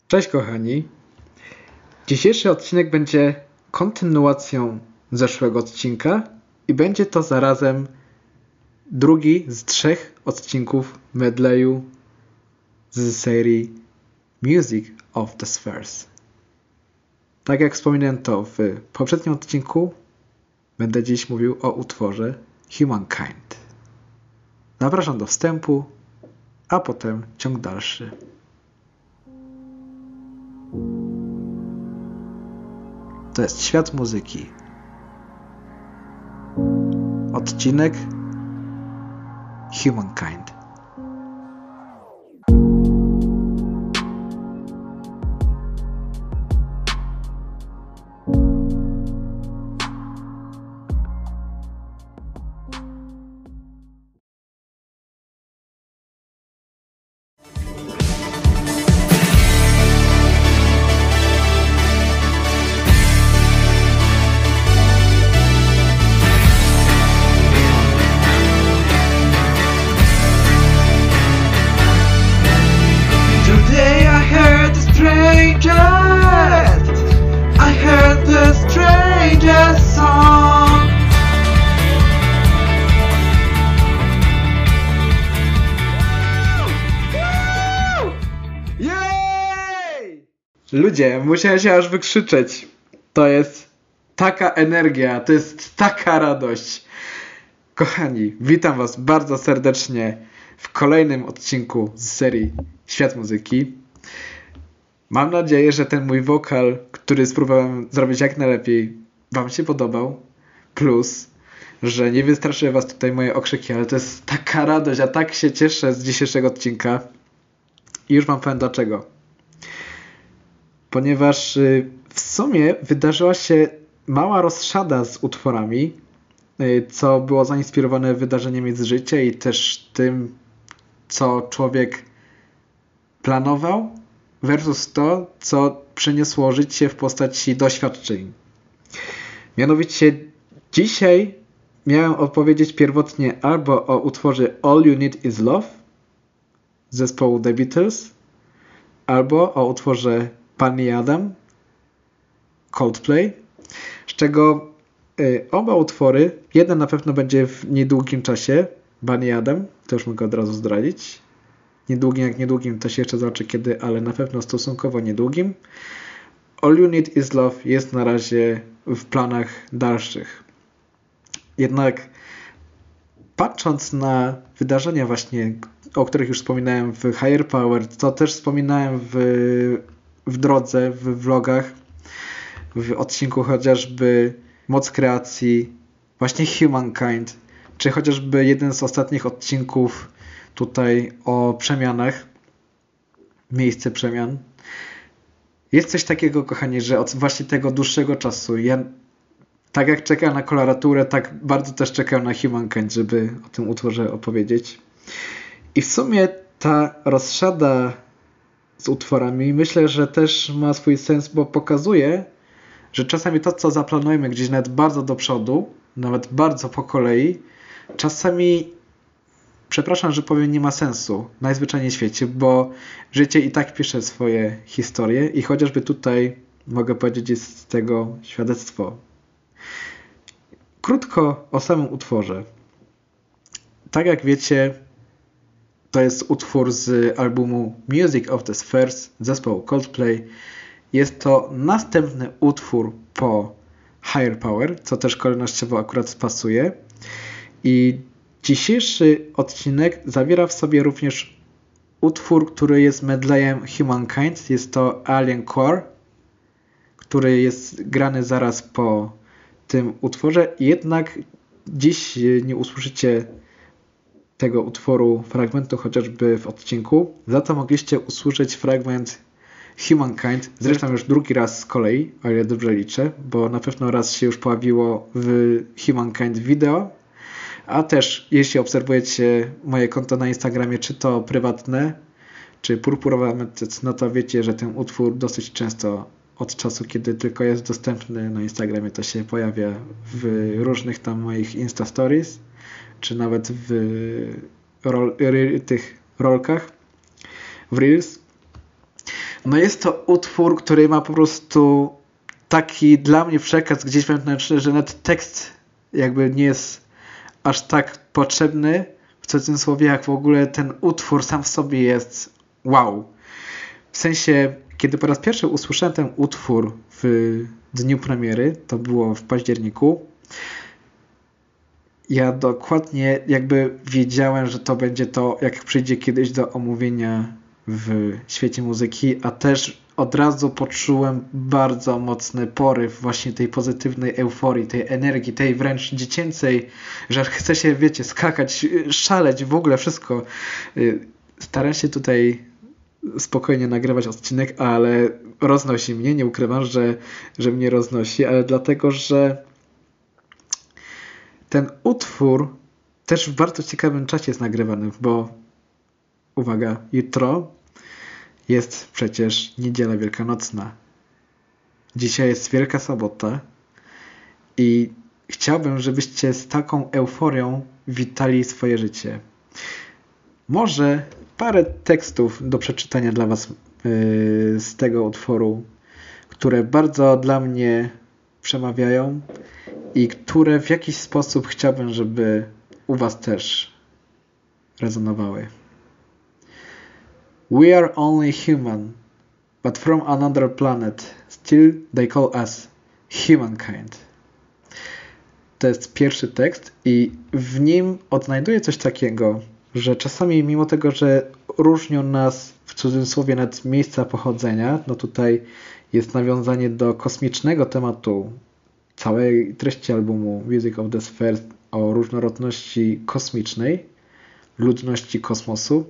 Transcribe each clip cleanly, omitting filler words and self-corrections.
Cześć kochani. Dzisiejszy odcinek będzie kontynuacją zeszłego odcinka i będzie to zarazem drugi z 3 odcinków medleyu z serii Music of the Spheres. Tak jak wspominałem to w poprzednim odcinku, będę dziś mówił o utworze Humankind. Zapraszam do wstępu, a potem ciąg dalszy. To jest Świat Muzyki. Odcinek Humankind. Ludzie, musiałem się aż wykrzyczeć. To jest taka energia, to jest taka radość. Kochani, witam was bardzo serdecznie w kolejnym odcinku z serii Świat Muzyki. Mam nadzieję, że ten mój wokal, który spróbowałem zrobić jak najlepiej, wam się podobał. Plus, że nie wystraszyły was tutaj moje okrzyki, ale to jest taka radość, a tak się cieszę z dzisiejszego odcinka. I już wam powiem dlaczego. Ponieważ w sumie wydarzyła się mała rozszada z utworami, co było zainspirowane wydarzeniami z życia i też tym, co człowiek planował versus to, co przyniosło życie w postaci doświadczeń. Mianowicie dzisiaj miałem opowiedzieć pierwotnie albo o utworze All You Need Is Love zespołu The Beatles, albo o utworze Bunny Adam, Coldplay, z czego oba utwory, jeden na pewno będzie w niedługim czasie, Bunny Adam, to już mogę od razu zdradzić. Niedługim jak niedługim, to się jeszcze zobaczy kiedy, ale na pewno stosunkowo niedługim. All You Need Is Love jest na razie w planach dalszych. Jednak patrząc na wydarzenia właśnie, o których już wspominałem w Higher Power, to też wspominałem w drodze, w vlogach, w odcinku chociażby Moc Kreacji, właśnie Humankind, czy chociażby jeden z ostatnich odcinków tutaj o przemianach, miejsce przemian. Jest coś takiego, kochani, że od właśnie tego dłuższego czasu, ja tak jak czekam na koloraturę, tak bardzo też czekam na Humankind, żeby o tym utworze opowiedzieć. I w sumie ta rozszada z utworami myślę, że też ma swój sens, bo pokazuje, że czasami to, co zaplanujemy gdzieś nawet bardzo do przodu, nawet bardzo po kolei, czasami, przepraszam, że powiem, nie ma sensu najzwyczajniej w świecie, bo życie i tak pisze swoje historie i chociażby tutaj mogę powiedzieć, jest z tego świadectwo. Krótko o samym utworze. Tak jak wiecie, to jest utwór z albumu Music of the Spheres zespołu Coldplay. Jest to następny utwór po Higher Power, co też kolejnościowo akurat pasuje. I dzisiejszy odcinek zawiera w sobie również utwór, który jest medleyem Humankind. Jest to Alien Core, który jest grany zaraz po tym utworze. Jednak dziś nie usłyszycie tego utworu, fragmentu chociażby w odcinku. Za to mogliście usłyszeć fragment Humankind, zresztą już drugi raz z kolei, o ile dobrze liczę, bo na pewno raz się już pojawiło w Humankind wideo, a też jeśli obserwujecie moje konto na Instagramie, czy to prywatne, czy Purpurowa Metyc, no to wiecie, że ten utwór dosyć często od czasu, kiedy tylko jest dostępny na Instagramie, to się pojawia w różnych tam moich Insta Stories, czy nawet w tych rolkach, w Reels. No jest to utwór, który ma po prostu taki dla mnie przekaz gdzieś wewnętrzny, że nawet tekst jakby nie jest aż tak potrzebny w cudzysłowie, jak w ogóle ten utwór sam w sobie jest wow. W sensie, kiedy po raz pierwszy usłyszałem ten utwór w dniu premiery, to było w październiku, ja dokładnie jakby wiedziałem, że to będzie to, jak przyjdzie kiedyś do omówienia w świecie muzyki, a też od razu poczułem bardzo mocny poryw właśnie tej pozytywnej euforii, tej energii, tej wręcz dziecięcej, że chce się, wiecie, skakać, szaleć, w ogóle wszystko. Staram się tutaj spokojnie nagrywać odcinek, ale roznosi mnie, nie ukrywam, że mnie roznosi, ale dlatego, że ten utwór też w bardzo ciekawym czasie jest nagrywany, bo uwaga, jutro jest przecież Niedziela Wielkanocna. Dzisiaj jest Wielka Sobota i chciałbym, żebyście z taką euforią witali swoje życie. Może parę tekstów do przeczytania dla Was z tego utworu, które bardzo dla mnie przemawiają i które w jakiś sposób chciałbym, żeby u Was też rezonowały. We are only human, but from another planet. Still they call us humankind. To jest pierwszy tekst i w nim odnajduję coś takiego, że czasami mimo tego, że różnią nas w cudzysłowie nawet miejsca pochodzenia, no tutaj jest nawiązanie do kosmicznego tematu całej treści albumu Music of the Spheres o różnorodności kosmicznej, ludności kosmosu.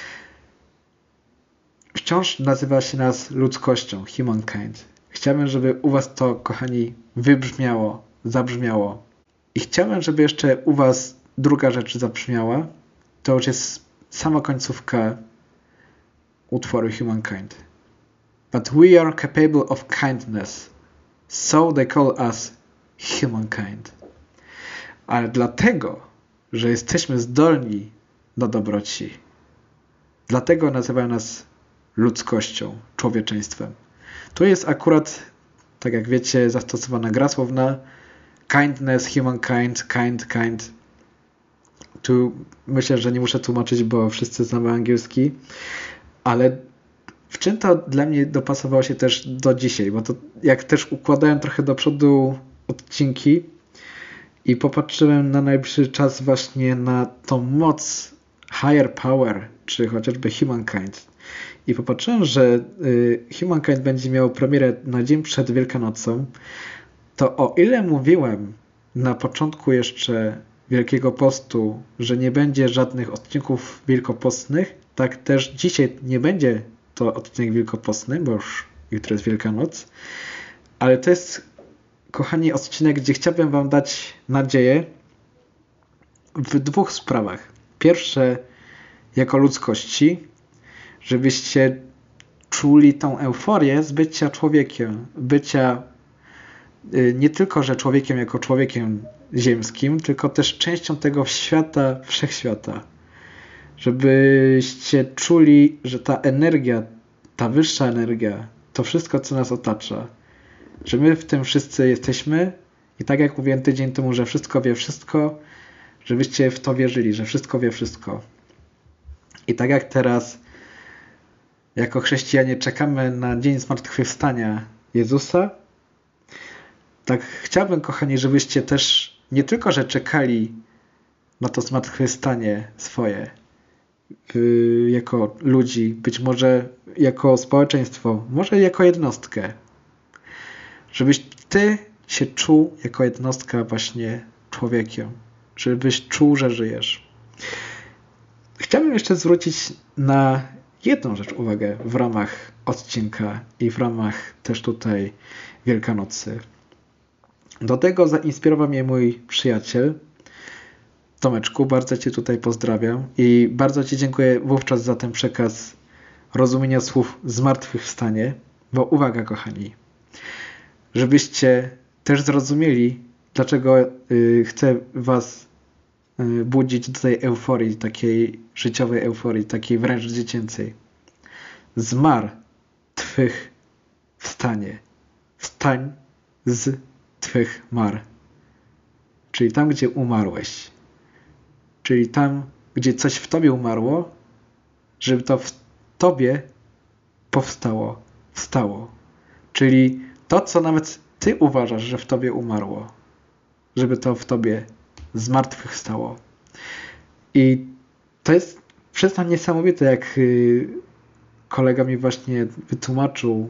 Wciąż nazywa się nas ludzkością, humankind. Chciałbym, żeby u Was to, kochani, wybrzmiało, zabrzmiało. I chciałbym, żeby jeszcze u Was druga rzecz zabrzmiała. To już jest sama końcówka utworu Humankind. But we are capable of kindness, so they call us humankind. Ale dlatego, że jesteśmy zdolni do dobroci, dlatego nazywają nas ludzkością, człowieczeństwem. Tu jest akurat, tak jak wiecie, zastosowana gra słowna kindness, humankind, kind. Tu myślę, że nie muszę tłumaczyć, bo wszyscy znamy angielski, ale w czym to dla mnie dopasowało się też do dzisiaj, bo to jak też układałem trochę do przodu odcinki i popatrzyłem na najbliższy czas właśnie na tą moc higher power, czy chociażby Humankind. I popatrzyłem, że Humankind będzie miał premierę na dzień przed Wielkanocą, to o ile mówiłem na początku jeszcze Wielkiego Postu, że nie będzie żadnych odcinków wielkopostnych, tak też dzisiaj nie będzie to odcinek wielkopostny, bo już jutro jest Wielkanoc, ale to jest, kochani, odcinek, gdzie chciałbym Wam dać nadzieję w dwóch sprawach. Pierwsze, jako ludzkości, żebyście czuli tą euforię z bycia człowiekiem, bycia nie tylko, że człowiekiem jako człowiekiem ziemskim, tylko też częścią tego świata, wszechświata. Żebyście czuli, że ta energia, ta wyższa energia, to wszystko, co nas otacza, że my w tym wszyscy jesteśmy i tak jak mówiłem tydzień temu, że wszystko wie wszystko, żebyście w to wierzyli, że wszystko wie wszystko. I tak jak teraz jako chrześcijanie czekamy na dzień zmartwychwstania Jezusa, tak chciałbym, kochani, żebyście też nie tylko, że czekali na to zmartwychwstanie swoje jako ludzi, być może jako społeczeństwo, może jako jednostkę, żebyś Ty się czuł jako jednostka właśnie człowiekiem, żebyś czuł, że żyjesz. Chciałbym jeszcze zwrócić na jedną rzecz uwagę w ramach odcinka i w ramach też tutaj Wielkanocy. Do tego zainspirował mnie mój przyjaciel Tomeczku, bardzo Cię tutaj pozdrawiam i bardzo Ci dziękuję wówczas za ten przekaz rozumienia słów zmartwychwstanie, bo uwaga, kochani, żebyście też zrozumieli, dlaczego chcę Was budzić do tej euforii, takiej życiowej euforii, takiej wręcz dziecięcej. Twych wstanie. Wstań z Twych mar. Czyli tam, gdzie umarłeś. Czyli tam, gdzie coś w Tobie umarło, żeby to w Tobie powstało, wstało. Czyli to, co nawet Ty uważasz, że w Tobie umarło, żeby to w Tobie zmartwychwstało. I to jest przyznam niesamowite, jak kolega mi właśnie wytłumaczył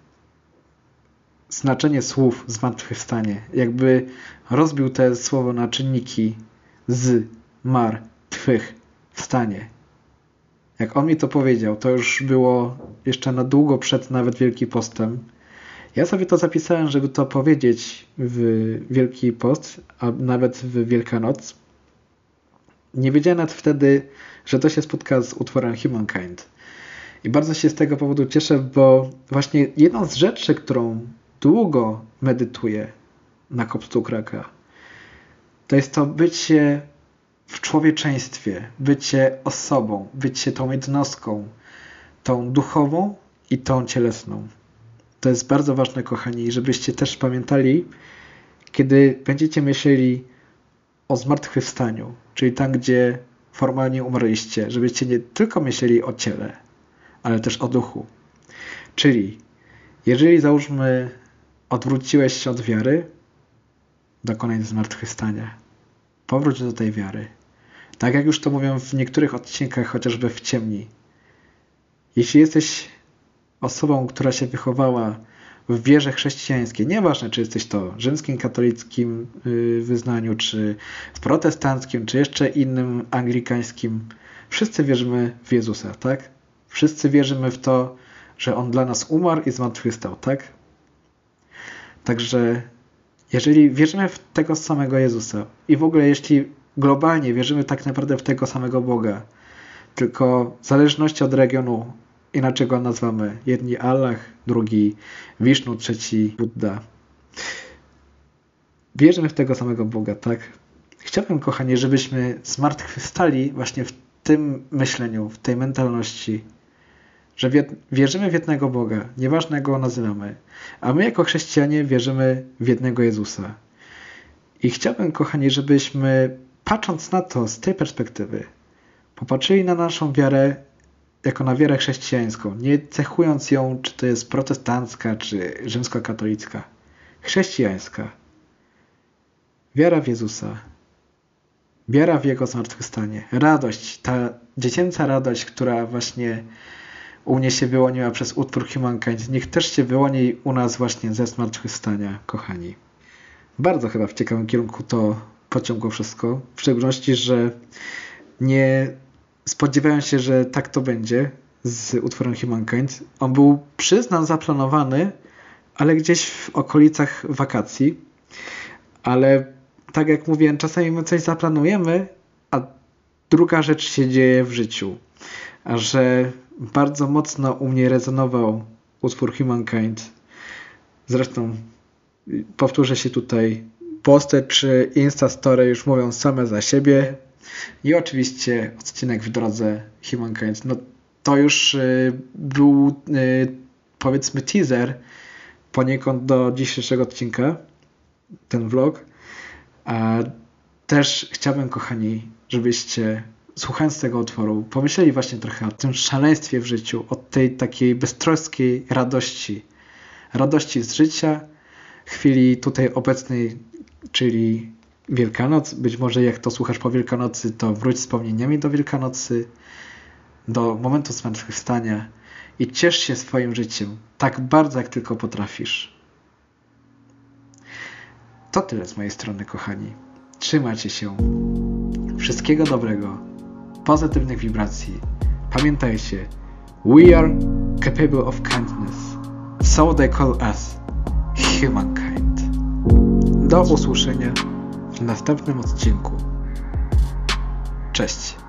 znaczenie słów zmartwychwstanie. Jakby rozbił te słowo na czynniki z, mar, twych, wstanie. Jak on mi to powiedział, to już było jeszcze na długo przed nawet Wielki Postem. Ja sobie to zapisałem, żeby to powiedzieć w Wielki Post, a nawet w Wielkanoc. Nie wiedziałem nawet wtedy, że to się spotka z utworem Humankind. I bardzo się z tego powodu cieszę, bo właśnie jedną z rzeczy, którą długo medytuję na kopcu Kraka, to jest to bycie w człowieczeństwie, bycie osobą, bycie tą jednostką, tą duchową i tą cielesną. To jest bardzo ważne, kochani, żebyście też pamiętali, kiedy będziecie myśleli o zmartwychwstaniu, czyli tam, gdzie formalnie umarliście, żebyście nie tylko myśleli o ciele, ale też o duchu. Czyli jeżeli załóżmy odwróciłeś się od wiary, dokonaj zmartwychwstania. Powróć do tej wiary. Tak jak już to mówią w niektórych odcinkach, chociażby w Ciemni. Jeśli jesteś osobą, która się wychowała w wierze chrześcijańskiej, nieważne czy jesteś to w rzymskim katolickim wyznaniu, czy w protestanckim, czy jeszcze innym anglikańskim, wszyscy wierzymy w Jezusa, tak? Wszyscy wierzymy w to, że On dla nas umarł i zmartwychwstał, tak? Także jeżeli wierzymy w tego samego Jezusa i w ogóle jeśli globalnie wierzymy tak naprawdę w tego samego Boga, tylko w zależności od regionu inaczej go nazywamy. Jedni Allah, drugi Wisznu, trzeci Buddha. Wierzymy w tego samego Boga, tak? Chciałbym, kochani, żebyśmy zmartwychwstali właśnie w tym myśleniu, w tej mentalności, że wierzymy w jednego Boga, nieważne jak go nazywamy, a my jako chrześcijanie wierzymy w jednego Jezusa. I chciałbym, kochani, żebyśmy patrząc na to z tej perspektywy, popatrzyli na naszą wiarę jako na wiarę chrześcijańską, nie cechując ją, czy to jest protestancka, czy rzymskokatolicka. Chrześcijańska. Wiara w Jezusa. Wiara w Jego zmartwychwstanie. Radość, ta dziecięca radość, która właśnie u mnie się wyłoniła przez utwór Humankind, niech też się wyłoni u nas właśnie ze zmartwychwstania, kochani. Bardzo chyba w ciekawym kierunku to pociągło wszystko. W szczególności, że nie spodziewałem się, że tak to będzie z utworem Humankind. On był, przyznam, zaplanowany, ale gdzieś w okolicach wakacji. Ale tak jak mówiłem, czasami my coś zaplanujemy, a druga rzecz się dzieje w życiu. A że bardzo mocno u mnie rezonował utwór Humankind. Zresztą powtórzę się tutaj, posty czy Instastory już mówią same za siebie. I oczywiście odcinek w drodze Humankind. No to już był powiedzmy teaser poniekąd do dzisiejszego odcinka, ten vlog. A też chciałbym, kochani, żebyście słuchając tego utworu pomyśleli właśnie trochę o tym szaleństwie w życiu, o tej takiej beztroskiej radości. Radości z życia, chwili tutaj obecnej, czyli Wielkanoc. Być może jak to słuchasz po Wielkanocy, to wróć wspomnieniami do Wielkanocy, do momentu zmartwychwstania i ciesz się swoim życiem tak bardzo, jak tylko potrafisz. To tyle z mojej strony, kochani. Trzymajcie się. Wszystkiego dobrego. Pozytywnych wibracji. Pamiętajcie, we are capable of kindness. So they call us humankind. Do usłyszenia w następnym odcinku. Cześć.